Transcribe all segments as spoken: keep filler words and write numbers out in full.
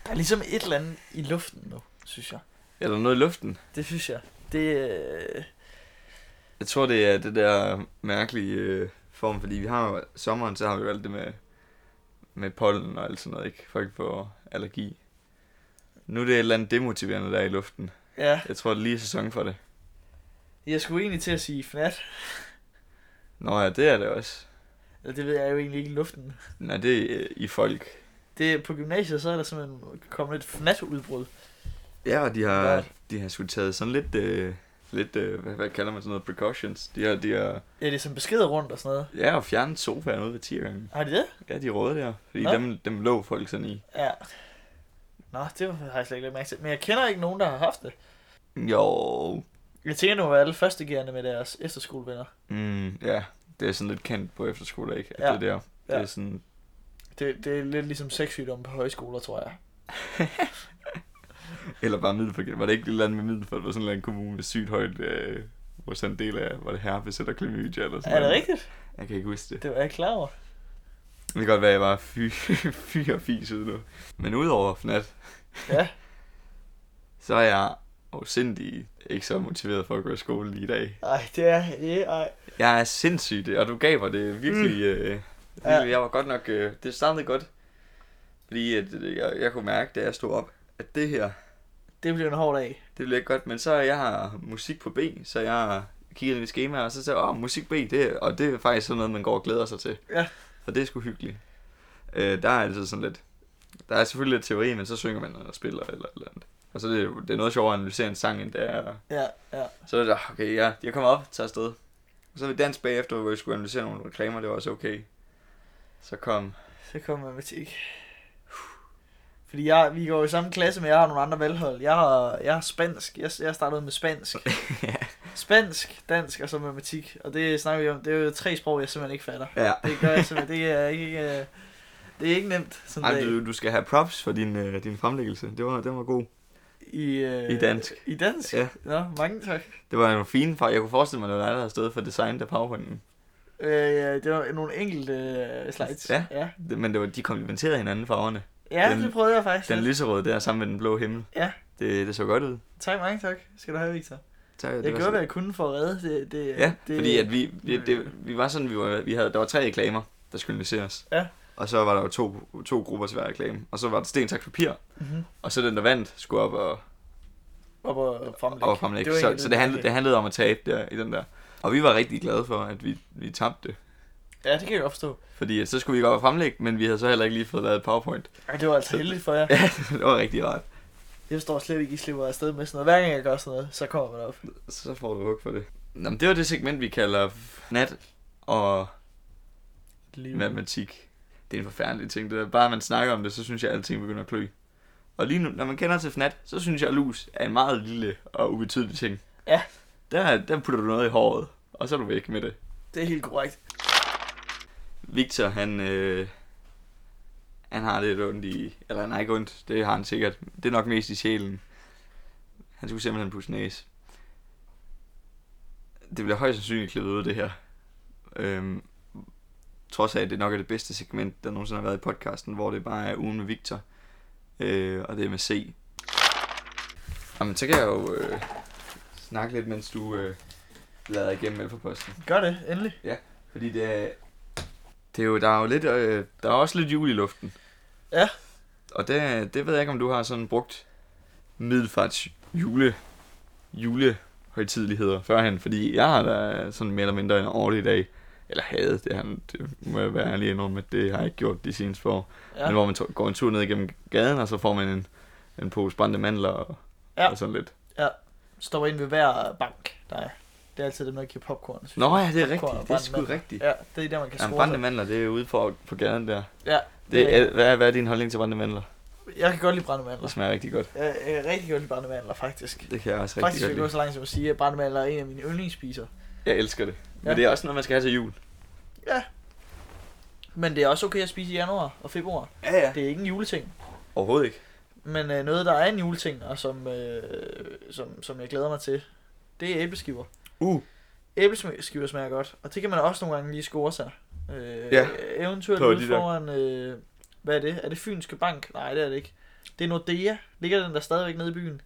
Der er ligesom et eller andet i luften nu, synes jeg. Er der noget i luften? Det synes jeg. Det øh... Jeg tror, det er det der mærkelige øh, form, fordi vi har jo sommeren, så har vi jo alt det med, med pollen og alt sådan noget, ikke? Folk får allergi. Nu er det et eller andet demotiverende der i luften. Ja. Jeg tror, det er lige sæson for det. Jeg skulle egentlig til at sige fnat. Nå ja, det er det også. Eller det ved jeg jo egentlig ikke i luften. Nej, det er øh, i folk. Det er på gymnasiet, så er der simpelthen kommet et fnat-udbrud. Ja, og de har, Ja. de har sgu taget sådan lidt, øh, lidt øh, hvad, hvad kalder man sådan noget, precautions. De har, de har, Ja, det er som beskeder rundt og sådan noget. ja, og fjernet sofaen ud ved ti gange. Har de det? Ja, de røde der, fordi Nå. dem, dem lå folk sådan i. Ja. Nå, det har jeg slet ikke lagt mærke til. Men jeg kender ikke nogen, der har haft det. Jo, Jeg tænker nu, at alle førstegærende med deres efterskolevenner. mm, ja, det er sådan lidt kendt på efterskole, ikke? At Ja. det der, det Ja. er sådan, Det, det er lidt ligesom sexsygdom på højskoler, tror jeg. eller bare Middelfart. Var det ikke et eller andet med Middelfart, hvor sådan en eller anden kommune med sygt højt, øh, hvor sådan en del af, var det herpes eller klamydia eller sådan Er det noget. rigtigt? Jeg kan ikke huske det. Det var jeg ikke klar over. Det kan godt være, at jeg var fy, fy og fis ude nu. Men udover fnat, Ja. så er jeg afsindig ikke så motiveret for at gå i skole lige i dag. Ej, det er... Det er ej. Jeg er sindssygt, og du gav mig det virkelig... Mm. Øh, virkelig Ja. Jeg var godt nok... Øh, det startede godt. Fordi at, øh, jeg, jeg kunne mærke, da jeg stod op, at det her, Det bliver en hård dag. det bliver ikke godt. Men så jeg har musik på B, så jeg kiggede i mit schema, og så sagde jeg, åh, musik B, det, og det er faktisk sådan noget, man går og glæder sig til. Ja. For det er sgu hyggeligt. Øh, der er altid sådan lidt... Der er selvfølgelig lidt teori, men så synger man og spiller eller eller andet. Og så er det, det er noget sjovere at analysere en sang, end det er... Ja, ja. Så er det, okay, ja, jeg kommer op, tager afsted. Og så er vi dans bagefter, hvor vi skulle analysere nogle reklamer, det var også okay. Så kom... Så kommer matematik. Fordi jeg, vi går i samme klasse, men jeg har nogle andre valghold. Jeg har, jeg har spansk. Jeg, jeg startede med spansk. Ja. Spansk, dansk og så matematik. Og det snakker vi om. Det er jo tre sprog, jeg simpelthen ikke fatter. Ja. Det gør jeg simpelthen. Det er ikke, øh, det er ikke nemt. Sådan Ej, dag. du, du skal have props for din, øh, din fremlæggelse. Det var, den var god. I, øh, I dansk. I dansk? Ja. Nå, mange tak. Det var en fin far. Jeg kunne forestille mig, at det var dig, der havde stået for designet af PowerPointen. Øh, ja, det var nogle enkelte øh, slides. Ja. Ja, Det, men det var, de komplementerede hinanden farverne. ja Den- det prøvede jeg faktisk. Den lyserøde der sammen med den blå himmel. Ja. Det, det så godt ud. Tak, mange tak. Skal du have, Victor. Tak, Jeg det var gjorde, så- hvad jeg kunne for at redde det. det Ja, det, fordi at vi, vi, det, vi var sådan, vi, var, vi havde, der var tre reklamer, der skulle analyseres. Ja. Og så var der jo to, to grupper til hver reklame. Og så var der sten, saks, papir. Mm-hmm. Og så den, der vandt, skulle op og, Op og fremlægge. og fremlægge. var Så, egentlig så lidt det, handlede, mærkeligt. det handlede om at tabe der i den der. Og vi var rigtig glade for, at vi, vi tabte. Ja, det kan jeg godt forstå. Fordi at så skulle vi godt fremlægge, men vi havde så heller ikke lige fået lavet et PowerPoint. Ej, det var altså heldigt for jer. Ja, det var rigtig rart. Jeg forstår slet ikke, I slipper afsted med sådan noget. Hver gang jeg gør sådan noget, så kommer man op. Så får du hug for det. Nå, men det var det segment, vi kalder nat og Liv. matematik. Det er en forfærdelig ting. Det er, bare man snakker om det, så synes jeg, at alting begynder at klø. Og lige nu, når man kender til fnat, så synes jeg, at lus er en meget lille og ubetydelig ting. Ja. Der, der putter du noget i håret, og så er du væk med det. Det er helt korrekt. Victor, han, øh, han har lidt ondt i... Eller han har ikke ondt, det har han sikkert. Det er nok mest i sjælen. Han skulle simpelthen pusse næse. Det bliver højst sandsynligt klippet ud, det her. Øhm, trods af, at det nok er det bedste segment, der nogensinde har været i podcasten, hvor det bare er ugen med Victor. Øh, og det er med C. Jamen, så kan jeg jo øh, snakke lidt, mens du øh, lader igennem Elferposten. Gør det, endelig. Fordi det er, det er jo, der er jo lidt, øh, der er også lidt jul i luften. Ja. Og det, det ved jeg ikke, om du har sådan brugt middelfarts jule, julehøjtideligheder førhen. Fordi jeg har da sådan mere eller mindre en årlig dag, eller havde det, han, det må jeg være ærlig indrømme, at det har jeg ikke gjort de seneste år. Ja. Men hvor man to- går en tur ned igennem gaden, og så får man en, en pose brændte mandler og, Ja. og sådan lidt. Stopper ind ved hver bank, der er. Det er altid dem, der giver popcorn. synes Nå jeg. ja, det er Popcorn og rigtigt. Det er brændte sgu mandler. rigtigt. Ja, det er der, man kan Ja, score brændte sig. mandler, det er ude på, på gaden der. Ja, Det er, hvad, er, hvad er din holdning til brændte mandler? jeg kan godt lide brændte mandler. Det smager rigtig godt. Jeg, jeg kan rigtig godt lide brændte mandler, faktisk. Det kan jeg også rigtig Faktisk vil godt jeg lide. gå så langt som at sige, at brændte mandler er en af mine yndlingsspiser. Jeg elsker det. Men Ja. det er også noget, man skal have til jul. Ja. Men det er også okay at spise i januar og februar. Ja, ja. Det er ikke en juleting. Overhovedet ikke. Men øh, noget, der er en juleting, og som, øh, som, som jeg glæder mig til, det er æbleskiver. Uh. Æbleskiver smager godt, og det kan man også nogle gange lige score sig. Øh, Ja. Eventuelt På ude de der- foran, øh, hvad er det? Er det Fynske Bank? Nej, det er det ikke. Det er Nordea. Ligger den der stadigvæk nede i byen?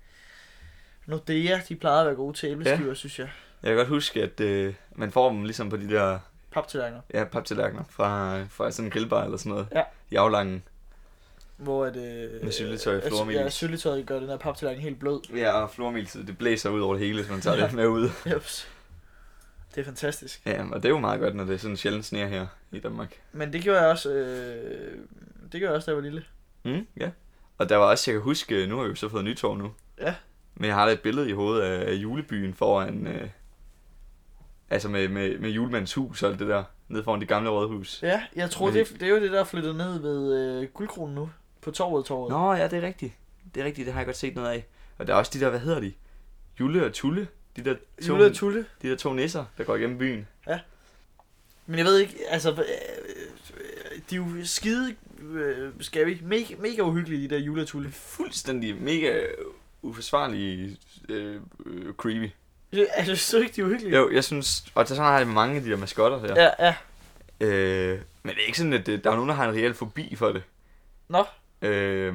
Nordea, de plejede at være gode til æbleskiver, ja. Synes jeg. Jeg kan godt huske, at øh, man får dem ligesom på de der... Paptallerkener. Ja, paptallerkener fra, fra sådan en grillbar eller sådan noget. Ja. I aflangen. Hvor er det... Med syltetøj og flormelis. Ja, syltetøj gør den her paptallerken helt blød. Ja, og flormelis, det blæser ud over det hele, hvis man tager ja. det med ud. Jeps. Det er fantastisk. Ja, og det er jo meget godt, når det er sådan sjældent sner her i Danmark. Men det gjorde jeg også, øh, det gjorde jeg også, da jeg var lille. Mm, ja. Og der var også, jeg kan huske, nu har vi jo så fået nytår nu. Ja. Men jeg har da et billede i hovedet af julebyen foran, øh, altså med, med, med julemandens hus og alt det der, nede foran det gamle rådhus. Ja, jeg tror, Men... det, det er jo det, der er flyttet ned ved øh, Guldkronen nu, på torvet torvet. Nå, ja, det er rigtigt. Det er rigtigt, det har jeg godt set noget af. Og der er også de der, hvad hedder de? Jule og Tulle. De der to, Jule og Tulle. De der to nisser, der går igennem byen. Ja. Men jeg ved ikke, altså, de er jo skide, skal vi, mega, mega uhyggelige, de der Jule og Tulle. Fuldstændig mega uforsvarlige øh, øh, creepy. Altså, så ikke de er uhyggelige? Jo, jeg synes, og sådan har jeg mange af de der maskotter her. Ja, ja. Øh, men det er ikke sådan, at det, der er nogen, der har en reel fobi for det. Nå. Øh,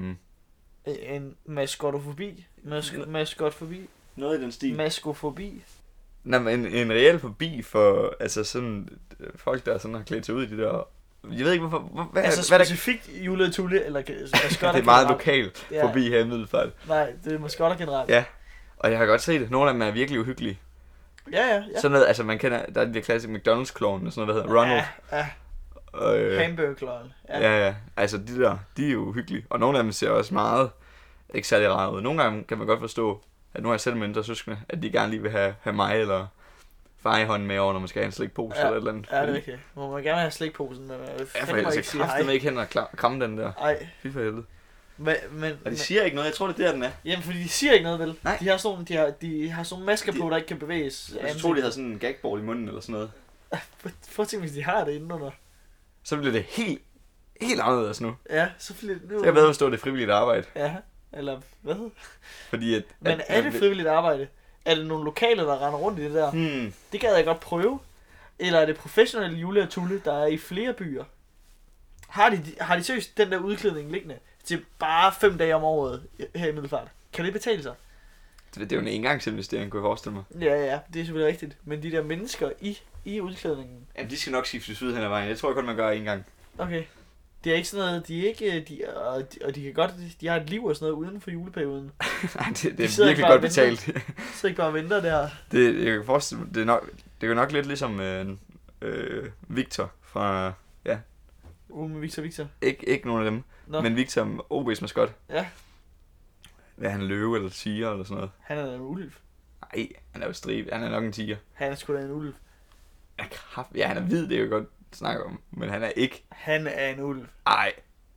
en maskottofobi? Mask- maskotfobi? Noget i den stil. Maskofobi? Nej, men en, en reel fobi for, altså sådan, folk der sådan har klædt sig ud i de der... Jeg ved ikke, hvorfor... Hvor, hvad, altså hvad specifikt der... Jule og Tulle, eller maskotter? Det er meget lokal ja. Forbi her i Middelfart. Nej, det er maskotter generelt. Ja, og jeg har godt set det. Nogle af dem er virkelig uhyggelige. Ja, ja, ja. Sådan noget, altså man kender, der er de der klassiske McDonald's-kloven og sådan noget, der hedder Ronald. Ja, ja. Og, øh, Hamburger-kloven. Ja. ja, ja. Altså de der, de er jo uhyggelige. Og nogle af dem ser også meget, ikke særlig rare ud. Nogle gange kan man godt forstå, at nu har jeg selv mindre søskende, at de gerne lige vil have, have mig eller far i hånden med over, når man skal have en slikpose ja. eller et eller andet. Ja, det er okay. Må man gerne have slikposen, men jeg ja, for ellers jeg kræfter mig ikke hen og kramme den der. Ej. Fy for helvede. Men, men, og de siger ikke noget, jeg tror det er der den er. Jamen fordi de siger ikke noget vel. Nej. De har sådan de har, de har sådan masker de, på, der ikke kan bevæges. Jeg tror de havde sådan en gagboard i munden eller sådan noget. Prøv at tænke, hvis de har det indenunder. Så bliver det helt, helt anderledes nu. Ja, så bliver det nu. Så jeg ved forstå, det er frivilligt arbejde. Ja, eller hvad? Fordi at... Men at, er det frivilligt arbejde? Er det nogle lokale, der render rundt i det der? Hmm. Det gad jeg godt prøve. Eller er det professionelle Jule og Tulle, der er i flere byer? Har de, har de seriøst den der udklædning liggende til bare fem dage om året her i Middelfart? Kan det betale sig? Det, det er jo en engangsinvestering, kunne jeg forestille mig. Ja, ja, det er selvfølgelig rigtigt. Men de der mennesker i, i udklædningen... Jamen, de skal nok skiftes ud hen ad vejen. Jeg tror kun, man gør en gang. Okay. Det er ikke sådan noget, de er ikke, de, og, de, og de kan godt, de har et liv og sådan noget uden for juleperioden. Nej, det, det de er virkelig godt betalt. Så ikke bare venter der. Det, jeg kan forestille det er nok, det er nok lidt ligesom øh, øh, Victor fra, ja. Uh, med Victor Victor. Ikke, ikke nogen af dem, Nå. Men Victor, O B's maskot. Ja. Hvad er han, løve eller tiger eller sådan noget? Han er en ulv. Nej, han er jo stribe. Han er nok en tiger. Han er sgu da en ulv. Ja, kraft. Ja, han er hvid, det er jo godt snakke om, men han er ikke. Han er en ulv. Ej.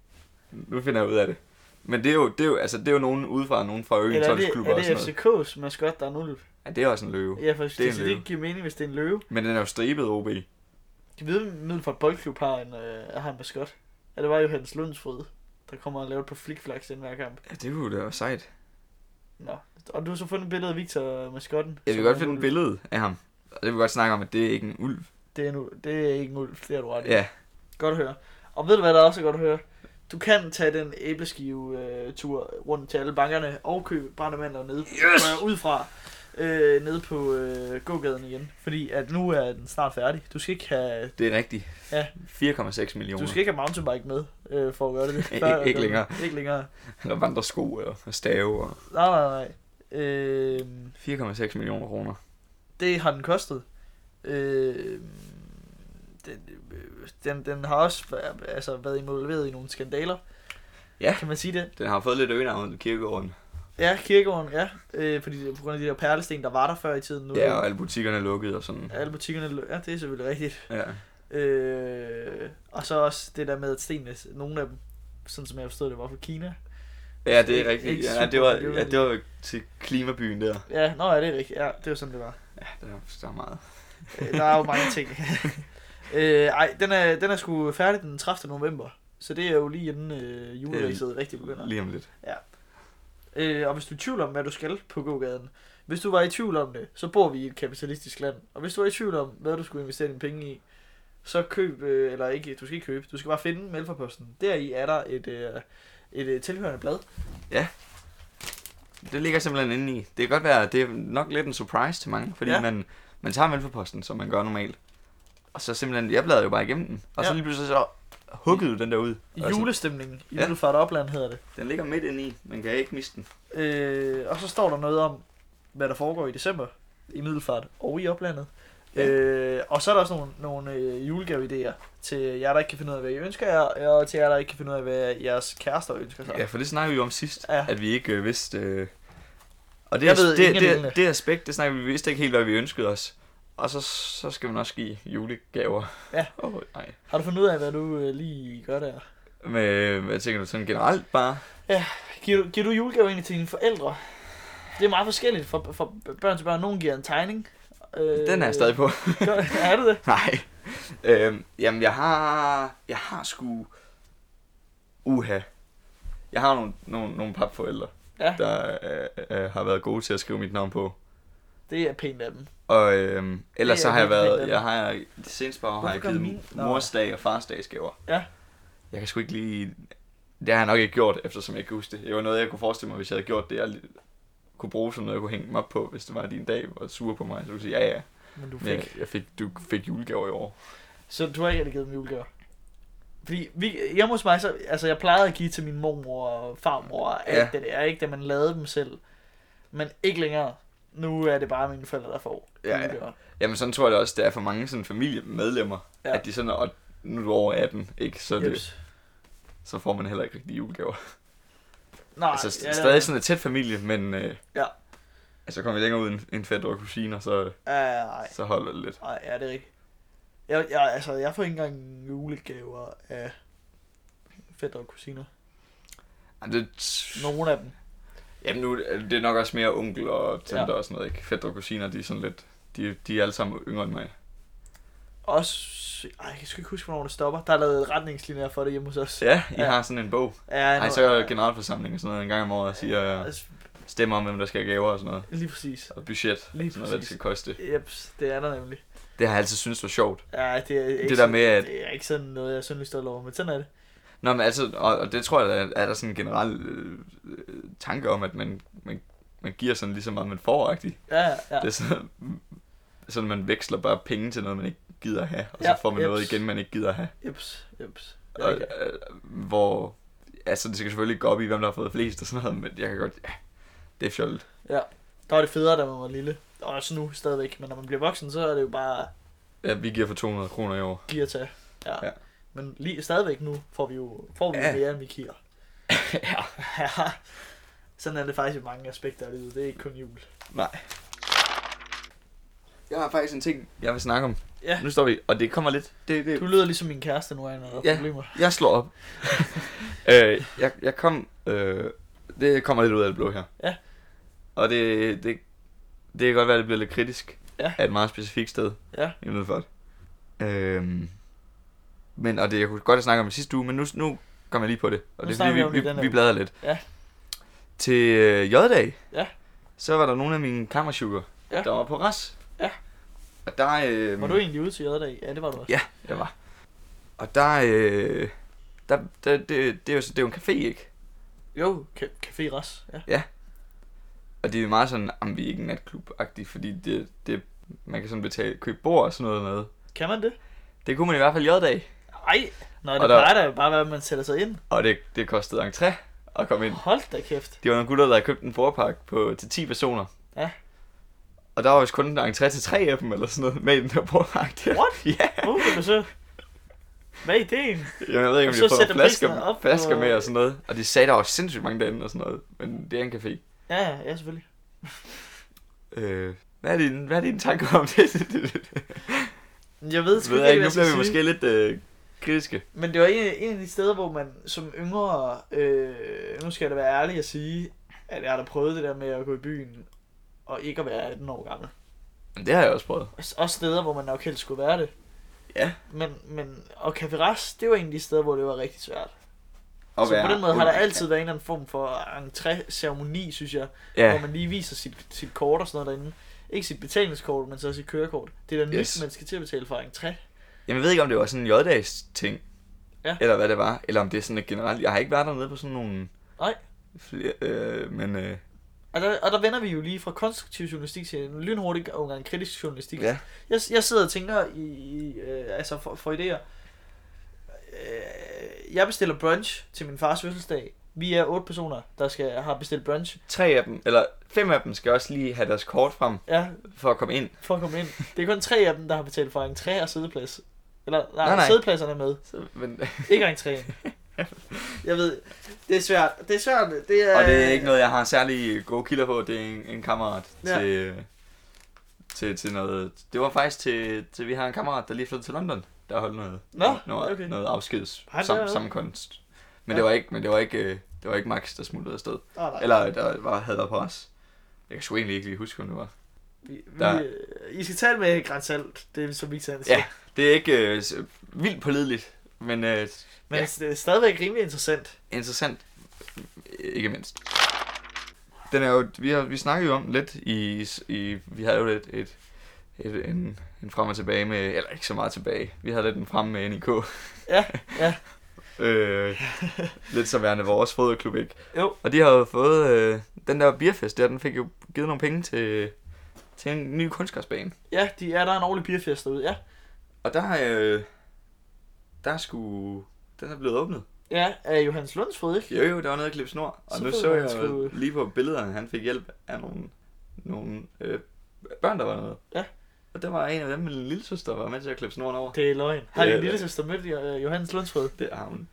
Nu finder jeg ud af det. Men det er jo, det er jo, altså, det er jo nogen udefra, nogen fra Øen Tolvsklubber og sådan noget. Er det F C K's maskot, der er en ulv? Ja, det er også en løve. Ja, for det, det, det, det giver mening, hvis det er en løve. Men den er jo stribet, O B. De ved, at Middelfart Boldklub har en, øh, har en maskot. Ja, det var jo Hans Lundsfrød, der kommer og laver på flikflaks den hver kamp. Ja, det er jo da også sejt. Nå, og du har så fundet et billede af Victor maskotten. Jeg vil godt finde et billede af ham. Og det vil godt snakke om, at det er ikke en ulv. Det er, en, det er ikke en ulv, det har du ret i. Ja. Godt at høre. Og ved du hvad der også er godt at høre? Du kan tage den æbleskive-tur rundt til alle bankerne og købe brændemander nede yes! øh, udefra øh, nede på øh, gågaden igen. Fordi at nu er den snart færdig. Du skal ikke have... Det er rigtigt. Ja. fire komma seks millioner. Du skal ikke have mountainbike med øh, for at gøre det. Før, ikke, ikke længere. Ikke længere. Eller vandresko og stave. Og... Nej, nej, nej. Øh, fire komma seks millioner kroner. Det har den kostet. Øh, den, den, den har også altså, været involveret i nogle skandaler. Ja. Kan man sige det? Den har fået lidt øgenavn i kirkegården. Ja, kirkegården, ja. Øh, fordi på grund af de der perlesten, der var der før i tiden. Nu ja, og alle butikkerne er lukket og sådan. Alle butikkerne, ja, det er selvfølgelig rigtigt. Ja. Øh, og så også det der med, at stenene, nogle af dem, sådan som jeg forstod det, var fra Kina. Ja, det er rigtigt. Ja, det var, super, ja, det var til klimabyen der. Ja, nå ja, det er rigtigt. Ja, det var sådan, det var. Ja, det er, der er meget. Der er jo mange ting. øh, ej, den er, den er sgu færdig den tredivte november. Så det er jo lige inden øh, juleræset rigtig begynder. Lige om lidt. Ja. Øh, og hvis du er i tvivl om, hvad du skal på gågaden, hvis du var i tvivl om det, så bor vi i et kapitalistisk land. Og hvis du var i tvivl om, hvad du skulle investere dine penge i, så køb, øh, eller ikke, du skal ikke købe, du skal bare finde Mælkeposten. Deri er der et, øh, et øh, tilhørende blad. Ja. Det ligger simpelthen inde i. Det kan godt være, det er nok lidt en surprise til mange, fordi ja. man, man tager velforposten, som man gør normalt. Og så simpelthen, jeg bladrede jo bare igennem den. Og ja. så lige pludselig så huggede du den der ud. Julestemningen. Julefart Opland hedder det. Den ligger midt inde i. Man kan ikke miste den. Øh, og så står der noget om, hvad der foregår i december. I Middelfart og i Oplandet. Ja. Øh, og så er der også nogle, nogle øh, julegave-idéer til jer, der ikke kan finde ud af, hvad I ønsker jer, og til jer, der ikke kan finde ud af, hvad jeres kærester ønsker sig. Ja, for det snakker vi jo om sidst, ja. at vi ikke øh, vidste... Øh... Og det, jeg ved det, det, det, det aspekt, det snakker vi, vi vidste ikke helt, hvad vi ønskede os. Og så, så skal man også give julegaver. Ja. Oh, nej. Har du fundet ud af, hvad du øh, lige gør der? Med, hvad tænker du, sådan generelt bare? Ja, giver du, giver du julegaver egentlig til dine forældre? Det er meget forskelligt fra, fra børn til børn. Nogen giver en tegning. Øh, Den er jeg stadig på. Er du det? Nej. Øhm, jamen, jeg har... Jeg har sgu... Uha. Jeg har nogle, nogle, nogle papforældre, ja. der øh, øh, har været gode til at skrive mit navn på. Det er pænt af dem. Og øhm, ellers så har jeg været... Jeg har, det seneste par år har jeg givet min... morsdag og farsdagsgaver. Ja. Jeg kan sgu ikke lige... Det har jeg nok ikke gjort, eftersom jeg ikke kan huske det. Det var noget, jeg kunne forestille mig, hvis jeg havde gjort det. Jeg kunne bruge som noget, jeg kunne hænge mig op på, hvis det var din dag var sur på mig. Så du sige, ja ja. Men du fik... Jeg, jeg fik, du fik julegaver i år. Så du har ikke rigtig givet dem julegaver? Fordi vi, jeg hos mig, så, altså jeg plejede at give til min mormor og farmor og alt ja. det der, ikke? Da man lavede dem selv. Men ikke længere. Nu er det bare mine forældre, der får ja, julegaver. Ja. Jamen sådan tror jeg det også, det er for mange sådan familiemedlemmer, ja. at de sådan, og nu er du over atten, ikke? Så, det, så får man heller ikke rigtig julegaver. Nej, altså ja, stadig sådan et tæt familie, men øh, ja. altså kommer vi længere ud en, en fætter og kusiner, så, ja, så holder det lidt. Nej, ja, det er rigtigt. Jeg, jeg, altså, jeg får ikke engang julegaver af fætter og kusiner. Det... Nogle af dem. Jamen nu, det er nok også mere onkel og tante ja. og sådan noget, ikke? Fætter og kusiner, de er sådan lidt, de, de er alle sammen yngre end mig. Også, ej, jeg skal ikke huske, hvornår det stopper. Der er lavet retningslinjer for det hjemme hos os. Ja, I ja. har sådan en bog. Ja, ej, så er generalforsamling og sådan noget en gang om året, og siger, ja, altså, stemmer om, hvem der skal have gaver og sådan noget. Lige præcis. Og budget, lige sådan noget, hvad det skal koste. Jeps, det er der nemlig. Det har jeg altid syntes var sjovt. Ja, det er ikke, det der sådan, med, at... det er ikke sådan noget, jeg synes, stolt over, men sådan er det. Nå, men altså, og, og det tror jeg, er, er der sådan en generel øh, tanke om, at man, man, man giver sådan lige så meget, man får, rigtigt. Ja, ja. Det er sådan, sådan, man veksler bare penge til noget, man ikke gider have, og ja, så får man jeps. noget igen, man ikke gider have. Jeps, jeps. Og, øh, hvor, altså det skal selvfølgelig ikke gå op i, hvem der har fået flest og sådan noget, men jeg kan godt, ja, det er fjollet. Ja, der var det federe, da man var lille. Og også nu stadigvæk, men når man bliver voksen, så er det jo bare... Ja, vi giver for to hundrede kroner i år. Giver til, ja. ja. Men lige stadigvæk nu får vi jo får vi ja. mere, end vi giver. ja. ja. Sådan er det faktisk i mange aspekter af livet. Det er ikke kun jul. Nej. Jeg har faktisk en ting, jeg vil snakke om. Ja. Nu står vi, og det kommer lidt... Det, det... Du lyder ligesom min kæreste nu, når der er ja, problemer. Jeg slår op. øh, jeg, jeg kom... Øh, det kommer lidt ud af det blå her. Ja. Og det, det, det kan godt være, at det bliver lidt kritisk. Ja. Af et meget specifikt sted. Ja. I Middelfart. Øhm, men, og det, jeg kunne godt have snakket om det sidste uge, men nu, nu kommer jeg lige på det. Og nu det er fordi, vi, vi, vi bladrer lidt. Ja. Til øh, J-dag, ja. så var der nogle af mine kammersugar, ja. der var på ras. Ja. Og der... Øh, var du egentlig ude til J-dag? Ja, det var du også. Ja, jeg var. Og der... Øh, der, der det, det, er jo, det er jo en café, ikke? Jo, café ras, ja. Ja. Og det er meget sådan, om vi er ikke en natklub-agtig, fordi det, det, man kan sådan betale, købe bord og sådan noget med. Kan man det? Det kunne man i hvert fald J-dag. Nej, Nå, det og plejer da jo bare være, at man sætter sig ind. Og det, det kostede entré at komme ind. Hold da kæft. Det var nogle gutter, der havde købt en bordpakke på, til ti personer. Ja. Og der var vist kun en entré til tre af dem, eller sådan noget, med i den der bordpakke der. What? Ja. Uh, det er så... Hvad er ideen? Jamen, jeg ved ikke, om de har fået flasker, op flasker og... med og sådan noget. Og de sagde, der var sindssygt mange derinde og sådan noget. Men det er en café. Ja, ja, selvfølgelig. øh, hvad, er din, hvad er din tanke om det? Jeg ved sgu ikke, hvad nu bliver vi måske lidt øh, kritiske. Men det var en, en af de steder, hvor man som yngre... Øh, nu skal jeg da være ærlig at sige, at jeg har da prøvet det der med at gå i byen og ikke at være atten år gammel. Men det har jeg også prøvet. Også steder, hvor man nok helst skulle være det. Ja. Men, men, og Café Ras, det var en af de steder, hvor det var rigtig svært. Og så være, på den måde har der altid været en eller anden form for entré-ceremoni, synes jeg. Ja. Hvor man lige viser sit, sit kort og sådan noget derinde. Ikke sit betalingskort, men så sit kørekort. Det er da yes. nyt, man skal til at betale for entré. Jamen, jeg ved ikke, om det var sådan en J-dags ting. Ja. Eller hvad det var. Eller om det er sådan et generelt. Jeg har ikke været dernede på sådan nogle... Nej. Flere, øh, men... Øh, Og der, og der vender vi jo lige fra konstruktiv journalistik til en lynhurtig og en kritisk journalistik. ja. Jeg, jeg sidder og tænker i, i øh, altså for, for idéer. Øh, jeg bestiller brunch til min fars fødselsdag. Vi er otte personer, der skal har bestilt brunch. Tre af dem, eller fem af dem, skal også lige have deres kort frem, Ja, for at komme ind. for at komme ind. Det er kun tre af dem, der har betalt for entré og sædeplads. Eller nej, Nej, nej. sædepladserne er med. Så, men, Ikke entréen. Jeg ved, det er svært. Det er svært. Det er, og det er ikke noget, jeg har særlig gode kilder på. Det er en, en kammerat Ja. til, til, til noget... Det var faktisk til, til... Vi har en kammerat, der lige flyttede til London, der holdt noget, Nå, noget, okay. noget afskeds Han sam, der- sammenkomst. Men, Ja. det var ikke, men det var ikke, øh, det var ikke Max, der smuttede afsted. Ah, nej. Eller der var, havde været på os. Jeg kan sgu egentlig ikke lige huske, hvem det var. Vi, vi, Der- I skal tale med Grænsalt. Det er så vigtigt. Ja, det er ikke øh, s- vildt pålideligt, men øh, Men ja. det er stadigvæk rimelig interessant. interessant, ikke mindst. Den er jo, vi, har, vi snakkede jo om den lidt i, i vi havde jo lidt et, et, en, en frem og tilbage med, eller ikke så meget tilbage, vi havde lidt en frem med N I K. Ja, ja. øh, lidt som værende vores fodboldklub, ikke? Jo. Og de har jo fået, øh, den der bierfest der, den fik jo givet nogle penge til, til en ny kunstgræsbane. Ja, de er der er en ordentlig bierfest derude, ja. Og der, øh, der er sgu, den er blevet åbnet. Ja, af Johannes Lundsfred, ikke? Jo jo, der var noget at klippe snor. Og Så nu fed, så han jeg skulle- lige på billederne, at han fik hjælp af nogle, nogle øh, børn, der var noget. Ja. Og der var en af dem med en lille søster, der var med til at klippe snoren over. Det er løgn. Har Det din er- lille søster mødt uh, Johannes Lundsfred? Det er hun.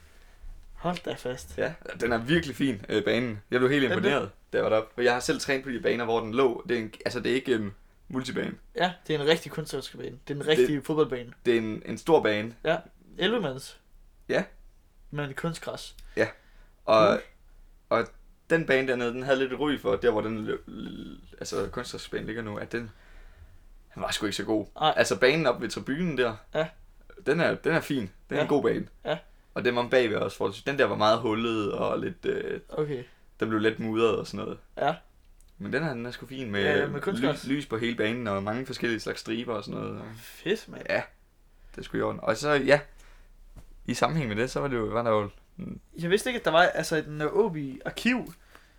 Hold da fast. Ja, den er virkelig fin, øh, banen. Jeg blev helt Er den imponeret, da jeg var deroppe. For jeg har selv trænet på de baner, hvor den lå. Det er en, altså, det er ikke en multibane. Ja, det er en rigtig kunstnerisk bane. Det er en rigtig det... fodboldbane. Det er en, en stor bane. elleve mands. Ja. Men kunstgræs. Og, Cool. og den bane dernede, den havde lidt ry for, der hvor den lø- l- altså kunstgræsbanen ligger nu, at den, den var sgu ikke så god. Ej. Altså banen op ved tribunen der, Ja. den er, den er fin. Den er Ja. en god bane. Ja. Og den var bagved også, for den der var meget hullet og lidt, øh, Okay. den blev lidt mudret og sådan noget. Ja. Men den her, den er sgu fin med, Ja, ja, med kunstgræs. lys, lys på hele banen og mange forskellige slags striber og sådan noget. Fedt, mand. Ja, det skulle i orden. Og så, ja, i sammenhæng med det, så var det jo, var der jo, Jeg vidste ikke, at der var altså et Åby arkiv.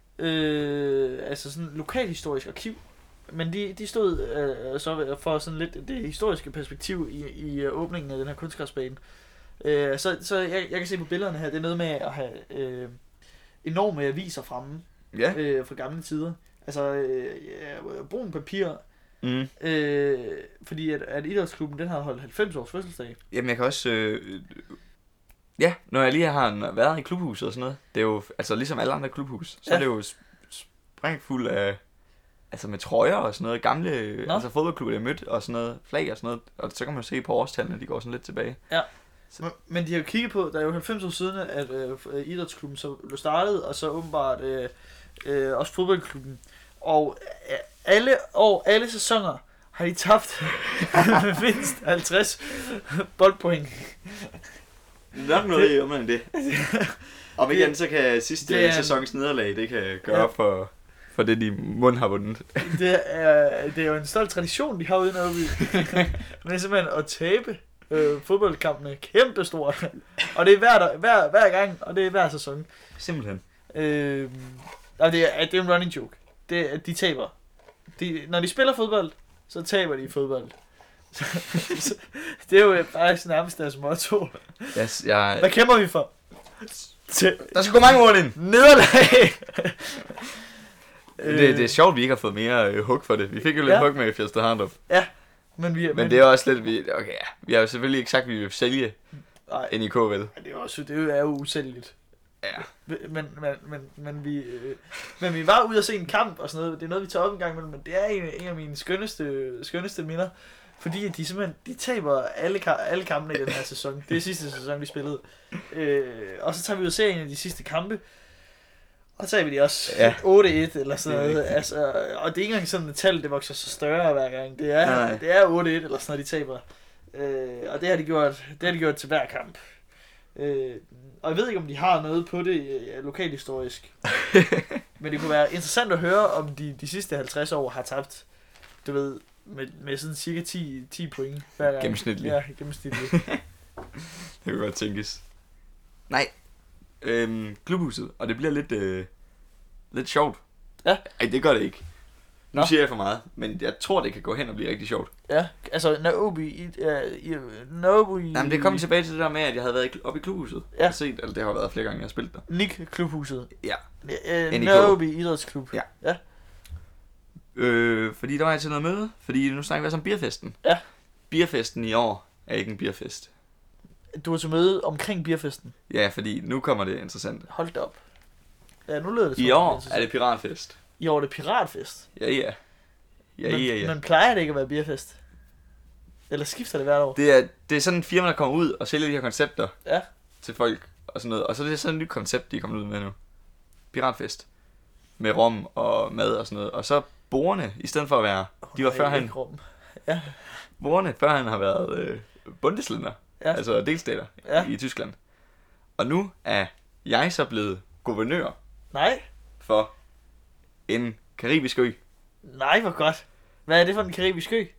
Øh, altså sådan et lokalhistorisk arkiv. Men de, de stod øh, så for sådan lidt det historiske perspektiv i, i øh, åbningen af den her kunstgræsbane. Øh, så så jeg, jeg kan se på billederne her, det er noget med at have øh, enorme aviser fremme ja. øh, fra gamle tider. Altså øh, ja, brun papir, Mm. øh, fordi at, at idrætsklubben den har holdt halvfems års fødselsdag. Jamen jeg kan også, øh, ja, når jeg lige har været i klubhuset og sådan noget, det er jo, altså ligesom alle andre klubhus, så Ja. er det jo sprængfuld af, altså med trøjer og sådan noget, gamle, Nå. altså fodboldklubber, jeg mødt og sådan noget, flag og sådan noget, og så kan man jo se på årstallene, de går sådan lidt tilbage. Men, men de har jo kigget på, der er jo halvfems år siden, at øh, idrætsklubben så blev startet, og så åbenbart øh, øh, også fodboldklubben. Og øh, alle år, alle sæsoner, har de tabt med mindst halvtreds boldpoint. Nok noget i omkring det. Om ikke Det- andet, så kan sidste det er- sæsons nederlag, det kan gøre Ja. for, for det, de mund har vundet. Det er, det er jo en stolt tradition, de har uden at med simpelthen at tabe øh, fodboldkampene kæmpe stort. Og det er hver, hver, hver gang, og det er hver sæson. Simpelthen. Øh, og det er, det er en running joke. Det er, de taber. De, når de spiller fodbold, så taber de i fodbold. Så, så, det er jo faktisk nærmest deres motto. Yes, jeg... Hvad kæmper vi for? Til Der skal gå mange mål ind. nederlag! Det, det er sjovt, vi ikke har fået mere øh, hug for det. Vi fik jo lidt Ja. hug med Fjester Harndrup. Men, vi, Men det er også lidt, vi, okay, ja. Vi har jo selvfølgelig ikke sagt, at vi vil sælge nej, N I K, vel? det er, også, det er jo usælgeligt. Ja. Men, men, men, men, vi, øh, men vi var ude at se en kamp og sådan noget. Det er noget, vi tager op en gang imellem, men det er en, en af mine skønneste, skønneste minder. Fordi de simpelthen, de taber alle, ka- alle kampene i den her sæson. Det er sidste sæson, vi spillede. Øh, og så tager vi ud og ser en af de sidste kampe. Og så tager vi de også Ja. otte et eller sådan Det er noget. rigtigt. Altså, og det er ikke engang sådan, at tallet det vokser så større hver gang. Det er, Nej. det er otte et eller sådan noget, de taber. Øh, og det har de gjort, det har de gjort til hver kamp. Øh, og jeg ved ikke, om de har noget på det øh, lokalhistorisk. Men det kunne være interessant at høre, om de de sidste halvtreds år har tabt, du ved, med, med sådan cirka ti, ti point hver gang. Gennemsnitligt. Ja, gennemsnitligt. Det kan godt tænkes. Nej. Øhm, klubhuset. Og det bliver lidt, øh, lidt sjovt. Ja. Ej, det gør det ikke. Nu Nå. siger jeg for meget, men jeg tror, det kan gå hen og blive rigtig sjovt. Ja, altså Naobi i... Ja, i Naobi... Jamen, det kom tilbage til det der med, at jeg havde været oppe i klubhuset. Ja. Jeg set, eller det har været flere gange, jeg har spillet der. Nick Klubhuset. Ja. Øh, N I K. Naobi Idrætsklub. Ja. Ja. Øh, fordi der var jeg til noget møde, fordi nu snakker vi også om beerfesten. Ja. Beerfesten i år er ikke en beerfest. Du var til møde omkring beerfesten. Ja, fordi nu kommer det interessant. Hold da op. Ja, nu lyder det I som år interessant. er det piratfest. I år er det piratfest. Ja, ja. Ja, men, ja, ja. Men plejer det ikke at være beerfest? Eller skifter det hvert år? Det er, det er sådan en firma, der kommer ud og sælger de her koncepter Ja. til folk og sådan noget. Og så er det sådan et nyt koncept, de er kommet ud med nu. Piratfest. Med rom og mad og sådan noget. Og så bordene, i stedet for at være... De var Nej, førhen... ikke rum. Ja. Bordene førhen har været øh, Bundesländer. Ja. Altså delstater Ja. i Tyskland. Og nu er jeg så blevet guvernør Nej. for en karibisk ø. Nej, hvor godt. Hvad er det for en karibisk ø?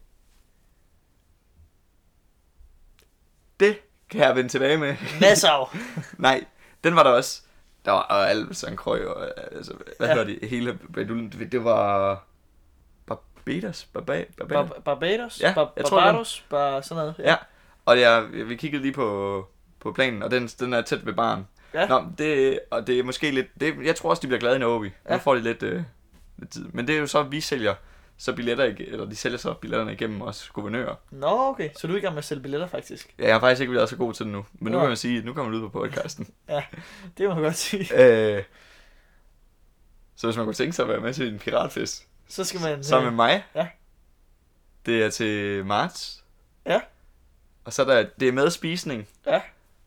Det kan jeg vende tilbage med. Nassau. Nej, den var der også. Der var og alt Sankt Croix og altså, hvad Ja. ja. hedder det hele badullen. Det, det var Barbados, Barba, Barbados. Bar- Barbados? Ja, Bar- jeg tror, Barbados? Bar- sådan noget. Ja. Og det er, vi kiggede lige på på planen, og den den er tæt ved baren. Ja. Nå, det og det er måske lidt det, jeg tror også de bliver glade i Naobi. Ja. Nu får de lidt øh, lidt tid. Men det er jo så vi sælger så billetter ikke, eller de sælger så billetterne igennem os guvernører. Nå, okay. Så du er i gang med at sælge billetter, faktisk? Ja, jeg har faktisk ikke været så god til det nu, men nu Nå. kan man sige, nu kommer man ud på podcasten. Det må man godt sige. øh, så hvis man kunne tænke sig at være med til en piratfest, Så skal man... sammen med mig. Ja. Det er til marts. Ja. Og så er der, det er med spisning. Ja.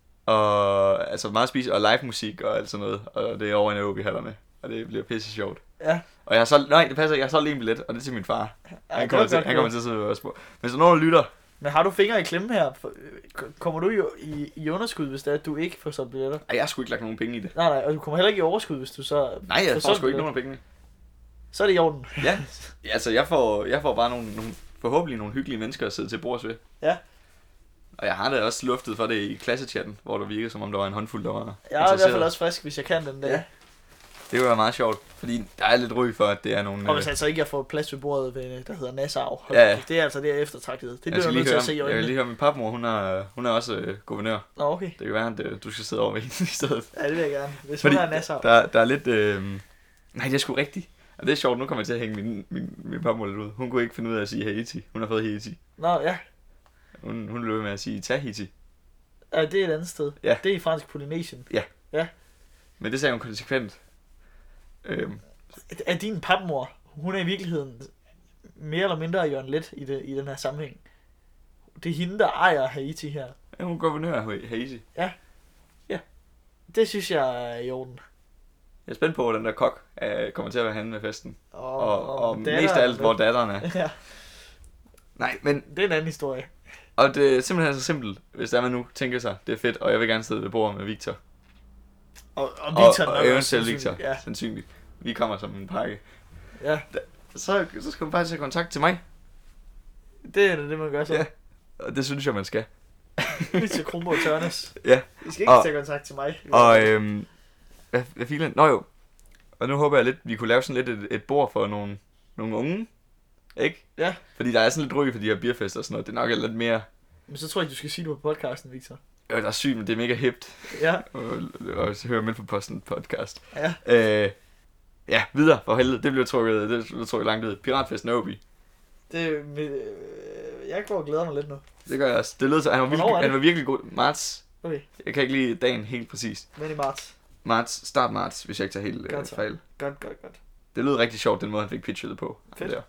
Og altså meget spisning og live musik og alt sådan noget. Og det er over i Naobi-hallerne. Og det bliver pisse sjovt. Ja. Og jeg har så, nej det passer, jeg har så lige en billet, og det er til min far. Ja, Han kommer, godt, til, godt, han kommer godt. til at sidde og spørge. Men så nogen der lytter, Men har du fingre i klemme her? For- Kommer du jo i, i underskud, hvis det er, at du ikke får solgt billetter? ej, jeg har sgu ikke lagt nogen penge i det. Nej, nej, og du kommer heller ikke i overskud, hvis du så... Nej, jeg får solgt sgu ikke billetter. nogen af pengene. Så er det i orden. Ja, altså jeg får, jeg får bare nogle, nogle, forhåbentlig nogle hyggelige mennesker at sidde til bords ved. Ja. Og jeg har da også luftet for det i klassechatten, hvor der virkede som om der var en håndfuld, der var Jeg er i hvert interesseret. fald også frisk, hvis jeg kan den dag. Ja. Det kunne være meget sjovt, fordi der er lidt ryg for, at det er nogle... Og hvis altså ikke jeg får plads ved bordet, ved, der hedder Nassau. Ja, ja. Det er altså det, jeg er eftertragtet. Det jeg bliver skal jeg lige nødt til høre, at se i jeg vil øjnene. lige høre min papmor, hun er, hun er også øh, guvernør. Nå, okay. Det kan være, at øh, du skal sidde over ved hende i stedet. Ja, det vil jeg gerne. Hvis Fordi hun er Nassau. Der, der er lidt... Øh... Nej, det er sgu rigtigt. Og det er sjovt, nu kommer jeg til at hænge min, min, min papmor lidt ud. Hun kunne ikke finde ud af at sige Haiti. Hun har fået Haiti. Nå, ja. Hun, hun løb med at sige Tahiti. Ja, det er et andet sted. Ja. Det er i fransk Polynesien. Men det sagde hun konsekvent. Øhm, Er din papmor, hun er i virkeligheden mere eller mindre Jørgen Let i, det, i den her sammenhæng. Det er hende, der ejer Haiti her. er hun guvernør af Haiti? Det synes jeg er i orden. Jeg er spændt på, hvor den der kok øh, kommer til at være henne med festen. Og, Og, og datteren mest af alt, er hvor med. datteren er. Ja, Nej, men... det er en anden historie. Og det er simpelthen så simpelt, hvis der man nu tænker sig, det er fedt, og jeg vil gerne sidde ved bordet med Victor. Og, og Og, Victor og nok også eventuelt sandsynligt. Victor, Ja, sandsynligt. Vi kommer som en pakke. ja, Så, så skal man bare tage kontakt til mig. det er det, man gør så. Ja. Og det synes jeg, man skal. Victor Kronborg Tørnes. Ja. I skal ikke Og- tage kontakt til mig. Og øhm, hvad, hvad filen? Nå jo. Og nu håber jeg lidt, vi kunne lave sådan lidt et, et bord for nogle, nogle unge. Ikke? Ja. Fordi der er sådan lidt ryg for de her beerfester og sådan noget. Det er nok lidt mere... Men så tror jeg, du skal sige det på podcasten, Victor. Øh, der er sygt, men det er mega hipt. Ja, Og, og så hører med på posten podcast. ja. Øh, ja, videre for helvede. Det bliver trukket, det bliver trukket langt ud. Piratfest Naobi. Det, med, øh, jeg går og glæder mig lidt nu. Det gør jeg også. Det lød så, han var, Hvornår virkelig, er det? han var virkelig god. Marts. Okay, Jeg kan ikke lide dagen helt præcis. men i marts. Marts, start marts, hvis jeg ikke tager helt øh, Godt så. fejl. Godt, godt, godt. Det lød rigtig sjovt, den måde han fik pitchet det på. Fedt. Der.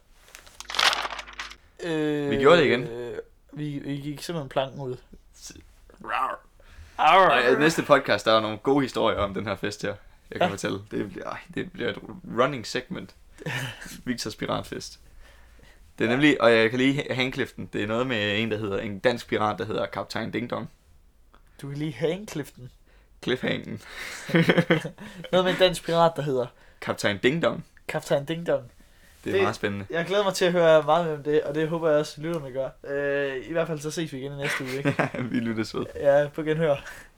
Øh, Vi gjorde det igen. Øh, vi, vi gik simpelthen planken ud. Rar. Arr. Og i næste podcast, der er nogle gode historier om den her fest her. Jeg kan Ja. ja. fortælle. Det bliver, ej, det bliver et running segment. Victors Piratfest. Det er nemlig, og jeg kan lige hangkliften. Det er noget med en, der hedder, en dansk pirat, der hedder Kaptajn Ding Dong. Du kan lige hangkliften. Cliffhangen. Noget med en dansk pirat, der hedder Kaptajn Ding Dong. Kaptajn Ding Dong. det er Det- meget spændende. Jeg glæder mig til at høre meget mere om det, og det håber jeg også, lytterne gør. Øh, I hvert fald så ses vi igen i næste uge, ikke? Vi lyttes ved. Ja, på genhør.